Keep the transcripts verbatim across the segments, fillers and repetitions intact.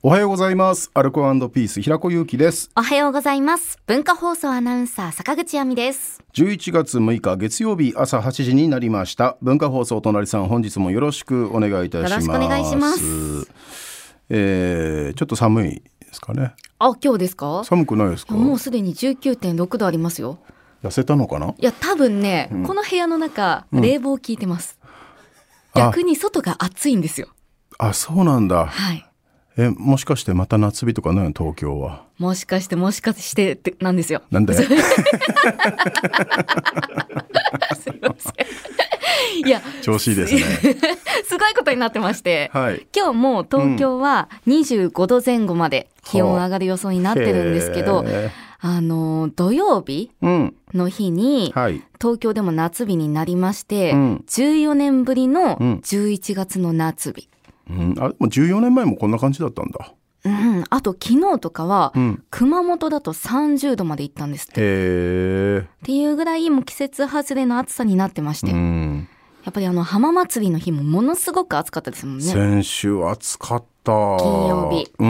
おはようございます。アルコ&ピース平子祐希です。 おはようございます。文化放送アナウンサー坂口亜美です。 じゅういちがつむいか月曜日朝はちじになりました。文化放送隣さん、本日もよろしくお願いいたします。 よろしくお願いします。 えー、ちょっと寒いですかね。 あ、今日ですか？ 寒くないですか？ もうすでに じゅうきゅうてんろくどありますよ。 痩せたのかな？ いや多分ね、うん、この部屋の中、うん、冷房効いてます。逆に外が暑いんですよ。 あ、そうなんだ。 はい。 え、もしかしてまた夏日とかないの？東京は。 もしかしてもしかしてってなんですよ。 なんで？すいません。いや調子いいですね。 すごいことになってまして、 はい、 今日も東京はにじゅうごどぜん後まで気温上がる予想になってるんですけど、あの土曜日の日に、うんはい、東京でも夏日になりまして、うん、じゅうよねんぶりのじゅういちがつの夏日。 うん、あ、もうじゅうよねんまえもこんな感じだったんだ。 うん、あと昨日とかは、うん、熊本だとさんじゅうどまで行ったんですって。 へー。 っていうぐらいもう季節外れの暑さになってまして、うん、やっぱりあの浜祭りの日もものすごく暑かったですもんね。 先週暑かった。 金曜日。 うん。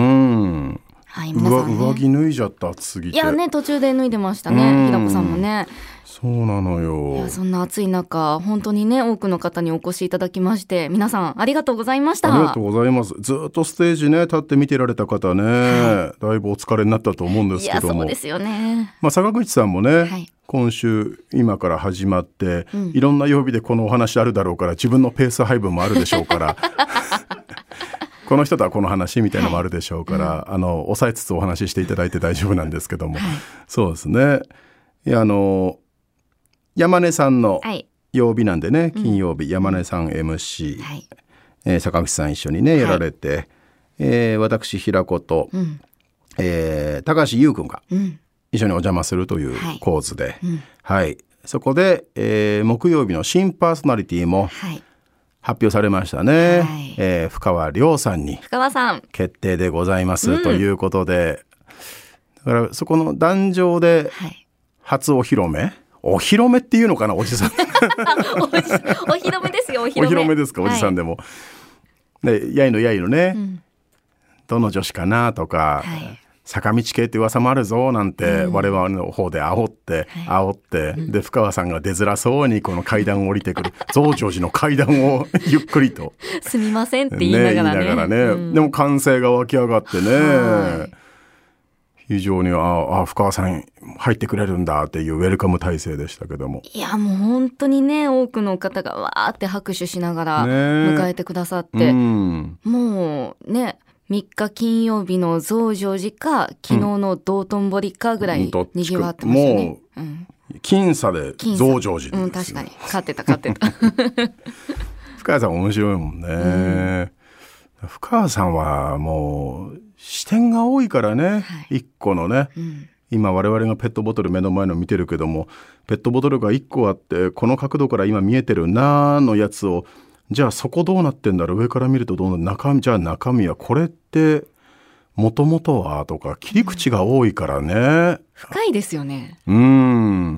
はい、皆さんね、 上着脱いじゃった暑すぎて。 いやね、途中で脱いでましたね、平子さんもね。 そうなのよ。 いや、そんな暑い中本当にね、多くの方にお越しいただきまして、皆さんありがとうございました。 ありがとうございます。ずっとステージね立って見てられた方ね、はい、だいぶお疲れになったと思うんですけども。 いや、そうですよね。 まあ、坂口さんもね、 はい、 今週今から始まって、 うん、 いろんな曜日でこのお話あるだろうから、自分のペース配分もあるでしょうからこの人とはこの話みたいなのもあるでしょうから、はい、あの抑えつつお話ししていただいて大丈夫なんですけども、はい、そうですね。いや、あの山根さんの曜日なんでね、はい、金曜日、うん、山根さん エムシー、はい、えー、坂口さん一緒にねやられて、はい、えー、私平子と、うん、えー、高橋優君が一緒にお邪魔するという構図で、はい、うんはい、そこで、えー、木曜日の新パーソナリティも発表されましたね、はい、えー、深川亮さんに深川さん決定でございます、うん、ということで、だからそこの壇上で初お披露目、はい、お披露目っていうのかな、おじさんお, お披露目ですよ。お披露目、 お披露目ですか、おじさんでも、はい、でやいのやいのね、うん、どの女子かなとか、はい、坂道系って噂もあるぞなんて、うん、我々の方で煽って煽って、はい、で深川さんが出づらそうにこの階段を降りてくる増上寺の階段をゆっくりとすみませんって言いながら ね, ね, 言いながらね、うん、 でも歓声が湧き上がってね、はい、非常にああ深川さん入ってくれるんだっていうウェルカム体制でしたけども、 いやもう本当にね、多くの方がわーって拍手しながら迎えてくださって、ね、うん、もうねみっか金曜日の増上寺か昨日の道頓堀かぐらいにぎわってましたね、 もう、うん、僅差で増上寺、 うん、確かに勝ってた勝ってた深川さん面白いもんね、うん、深川さんはもう視点が多いからね、はい、いっこのね、うん、今我々がペットボトル目の前の見てるけども、ペットボトルがいっこあってこの角度から今見えてるなーのやつを、じゃあそこどうなってんだろう、上から見るとどうなる、中身、じゃあ中身はこれってもともとはとか、切り口が多いからね、うん、 深いですよね。 うん。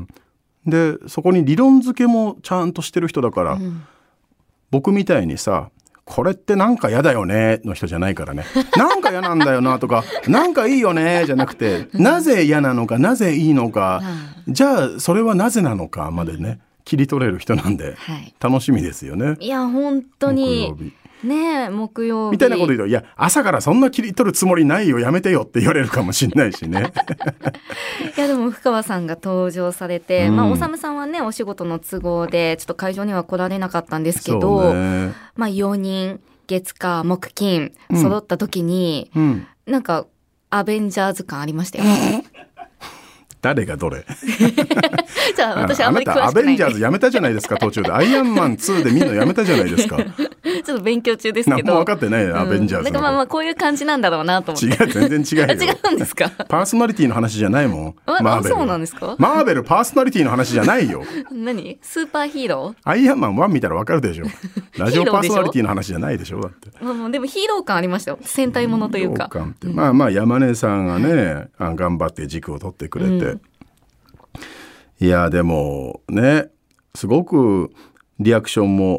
でそこに理論付けもちゃんとしてる人だから、うん、僕みたいにさ、これってなんか嫌だよねの人じゃないからねなんか嫌なんだよなとかなんかいいよねじゃなくて、なぜ嫌なのか、なぜいいのか、うん、じゃあそれはなぜなのかまでね切り取れる人なんで、はい、楽しみですよね。 いや本当に木曜日ねえ、木曜日みたいなこと言うと、いや朝からそんな切り取るつもりないよ、やめてよって言われるかもしれないしねいやでも深川さんが登場されて、うん、まあおさむさんはねお仕事の都合でちょっと会場には来られなかったんですけど、ね、まあよにん月火木金揃った時に、うん、なんかアベンジャーズ感ありましたよ誰がどれじゃあ私あんまり詳しくない。 あなたアベンジャーズやめたじゃないですか、途中でアイアンマンツーで見るのやめたじゃないですかちょっと勉強中ですけど、 何も分かってない、うん、アベンジャーズの。 なんかまあまあこういう感じなんだろうなと思って。 違う、全然違うよ違うんですか。 パーソナリティの話じゃないもん。マーベル。 そうなんですか。 マーベルパーソナリティの話じゃないよ何スーパーヒーロー。 アイアンマンワン見たら分かるでしょラジオパーソナリティの話じゃないでしょだって。 まあ、まあでもヒーロー感ありましたよ、戦隊ものというか。 ヒーロー感って、うん、まあまあ山根さんがね、はい、頑張って軸を取ってくれて、うん、いやでもねすごくリアクションも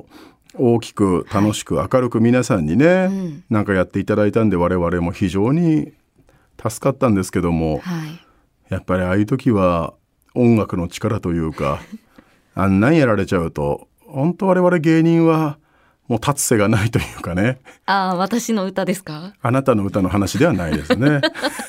大きく楽しく明るく皆さんにね、はい、なんかやっていただいたんで我々も非常に助かったんですけども、はい、やっぱりああいう時は音楽の力というかあんなんやられちゃうと本当我々芸人はもう立つ瀬がないというかね。 ああ、私の歌ですか？ あなたの歌の話ではないですね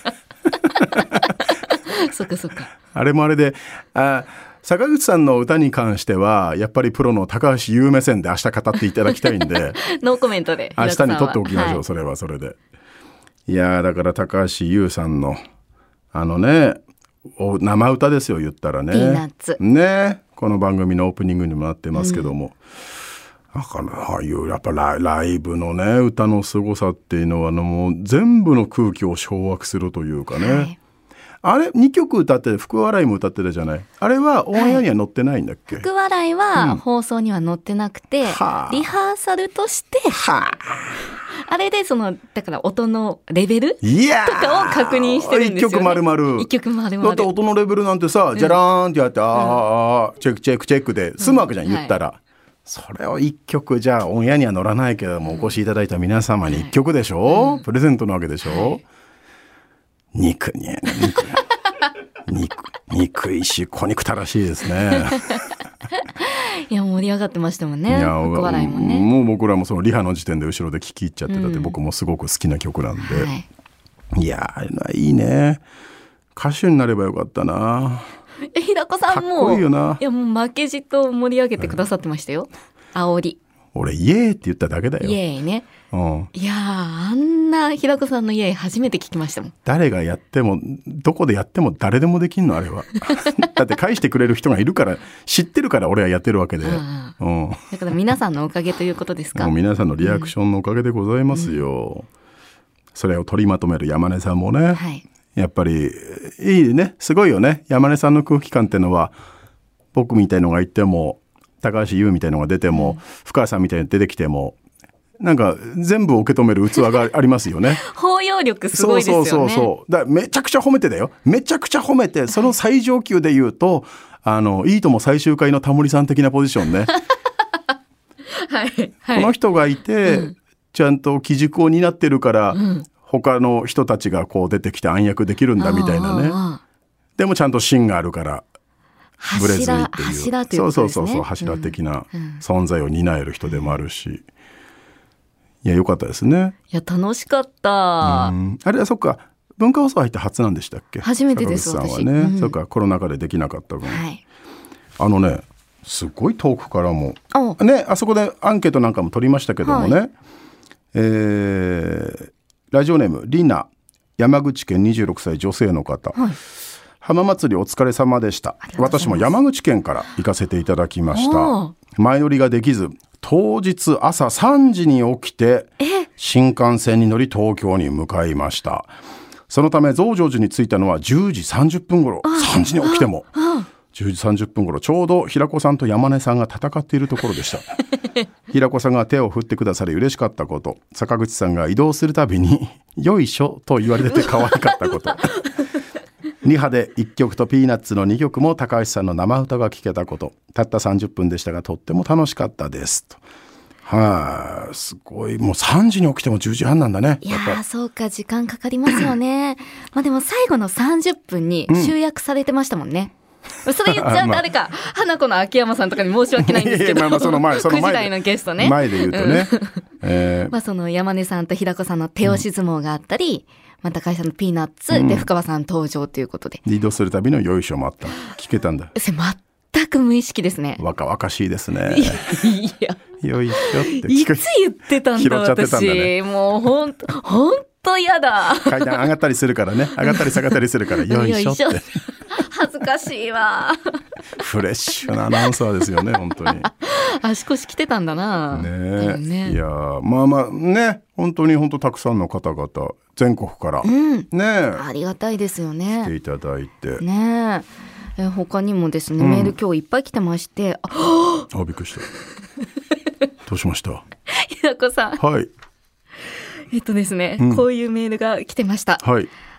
そっかそっか。 あれもあれで、あ、坂口さんの歌に関してはやっぱりプロの高橋優目線で明日語っていただきたいんでノーコメントで明日に撮っておきましょう、はい、それはそれで。いやだから高橋優さんのあのね生歌ですよ、言ったらね。 ピーナッツね、この番組のオープニングにもなってますけども、うん、だからああいうやっぱライ、ライブのね歌の凄さっていうのはあのもう全部の空気を掌握するというかね、はい、あれにきょく歌って福笑いも歌ってたじゃない。あれはオンエアには載ってないんだっけ？ はい、福笑いは放送には載ってなくて、うん、リハーサルとしてはあれでそのだから音のレベルとかを確認してるんですよね。一曲丸々。一曲丸々。だって音のレベルなんてさ、うん、じゃらーんってやって、ああ、うん、チェックチェックチェックで済むわけじゃん、うん、言ったら。はい、それを一曲じゃあオンエアには乗らないけども、うん、お越しいただいた皆様に一曲でしょ、うん、プレゼントなわけでしょ、はい、肉に肉肉肉いし小憎たらしいですねいや盛り上がってましたもんね。いや福笑いもね。 もう僕らもそのリハの時点で後ろで聴き入っちゃってたって、うん、僕もすごく好きな曲なんで、はい、いやいいね。歌手になればよかったな。 え平子さんもかっこいいよな。 いやもう負けじと盛り上げてくださってましたよ、うん、煽り。 俺イエーって言っただけだよ。 イエーね、 うん、 いやあんな平子さんのイエー初めて聞きましたもん。 誰がやってもどこでやっても誰でもできんのあれはだって返してくれる人がいるから知ってるから俺はやってるわけで、 あ、うん、だから皆さんのおかげということですか？ もう皆さんのリアクションのおかげでございますよ、うん、それを取りまとめる山根さんもね、はい、やっぱりいいね、すごいよね。山根さんの空気感ってのは僕みたいのがいても高橋優みたいのが出ても、うん、深谷さんみたいに出てきてもなんか全部受け止める器がありますよね包容力すごいですよね。 そうそうそうそう。だからめちゃくちゃ褒めてだよ。めちゃくちゃ褒めて、その最上級で言うと、はい、あのいいとも最終回のタモリさん的なポジションねはい、はい、 この人がいて、うん、ちゃんと基軸を担ってるから、うん、他の人たちがこう出てきて暗躍できるんだみたいなね。でもちゃんと芯があるからブレずにっていう、 柱ということですね。 そうそうそうそう、柱的な存在を担える人でもあるし、うんうん、いや良かったですね。 いや楽しかった。 うん、あれはそっか文化放送入って初なんでしたっけ？ 初めてです。 坂口さんはね、うん、そっかコロナ禍でできなかった分、はい、あのねすごい遠くからもね、あそこでアンケートなんかも取りましたけどもね、はい、えー、ラジオネームリナ、山口県にじゅうろくさい女性の方、はい、浜祭りお疲れ様でした。私も山口県から行かせていただきました。前乗りができず当日朝さんじに起きて新幹線に乗り東京に向かいました。そのため増上寺に着いたのはじゅうじさんじゅっぷん頃。さんじに起きてもじゅうじさんじゅっぷん頃、ちょうど平子さんと山根さんが戦っているところでした平子さんが手を振ってくださり嬉しかったこと、坂口さんが移動するたびによいしょと言われて可愛かったことリハでいっきょくとピーナッツのにきょくも高橋さんの生歌が聴けたこと、たったさんじゅっぷんでしたがとっても楽しかったですと。はあ、すごい。もうさんじに起きてもじゅうじはんなんだね。 いやーそうか、時間かかりますよねまあでも最後のさんじゅっぷんに集約されてましたもんね、うん、それ言っちゃう誰か、まあ、花子の秋山さんとかに申し訳ないんですけど、まあまあその前その前でくじ台のゲストね、 前で言うとね、うんえーまあ、その山根さんと平子さんの手押し相撲があったり、うんまあ、高橋さんのピーナッツ、うん、で深場さん登場ということでリードするたびのよいしょもあった。聞けたんだ。 全く無意識ですね。 若々しいですね。 いやよいしょっていつ言ってたんだ私、ね、もうほんとほんとやだ。 階段上がったりするからね、上がったり下がったりするからよいしょって恥ずかしいわ。 フレッシュなアナウンサーですよね本当に。 足腰来てたんだな。 ねね、いやまあまあね、本当に本当たくさんの方々全国から、うん、ねありがたいですよね。 来ていただいてねえ、他にもですね、うん、メール今日いっぱい来てまして、ああびっくりしたどうしました？ ひなこさん。 はい。 えっとですね、うん、こういうメールが来てました。 はい。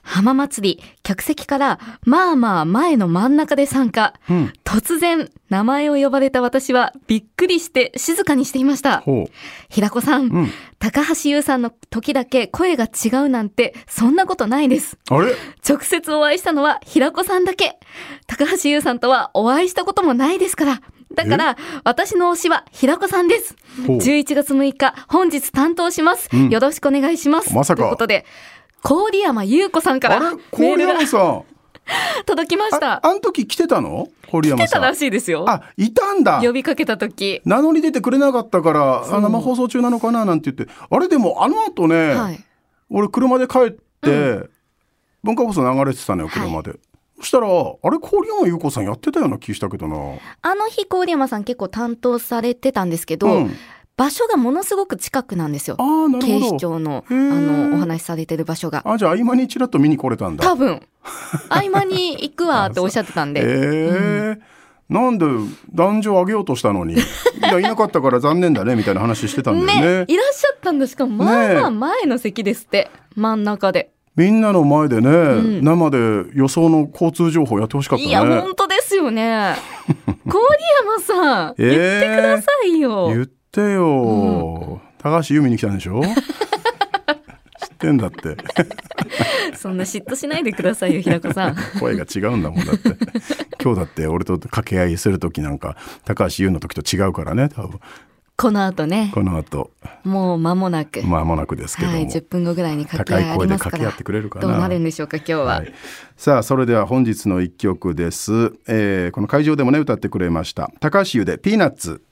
浜祭り、客席からまあまあ前の真ん中で参加、うん、突然名前を呼ばれた私はびっくりして静かにしていました。 ほう。 平子さん、うん、高橋優さんの時だけ声が違うなんてそんなことないです。 あれ？ 直接お会いしたのは平子さんだけ。高橋優さんとはお会いしたこともないですから。だから私の推しは平子さんです。じゅういちがつむいか本日担当します、うん、よろしくお願いします。 まさかということで郡山優子さんからあれ郡山さん届きました。 あ、あの時来てたの？郡山さん来てたらしいですよ。 あ、いたんだ。 呼びかけた時名乗り出てくれなかったからあ生放送中なのかななんて言って、あれでもあの後ね、はい、俺車で帰って、うん、文化放送流れてたのよ車で、はい、そしたらあれ郡山優子さんやってたような気したけどな。 あの日郡山さん結構担当されてたんですけど、うん、場所がものすごく近くなんですよ。 あー、なるほど。 警視庁のあのお話しされてる場所が。 あ、じゃあ合間にちらっと見に来れたんだ。 多分合間に行くわっておっしゃってたんで。 えーうん、なんで壇上上げようとしたのにいやいなかったから残念だねみたいな話してたんだよね。 ね、いらっしゃったんだ。しかもまあまあ前の席ですって、ね、真ん中で。 みんなの前でね、うん、生で予想の交通情報やってほしかったね。 いや本当ですよね郡山さん、えー、言ってくださいよ。 言ってよ、うん、高橋由美に来たんでしょ知ってんだってそんな嫉妬しないでくださいよ平子さん声が違うんだもんだって今日だって俺と掛け合いする時なんか高橋優の時と違うからね多分。 この後ね。 この後もう間もなく間もなくですけども、はい、 じゅっぷんごぐらいに掛け合いありますから、高い声で掛け合ってくれるかな。どうなるんでしょうか今日は、はい、 さあそれでは本日の一曲です、えー、この会場でもね歌ってくれました高橋優でピーナッツ。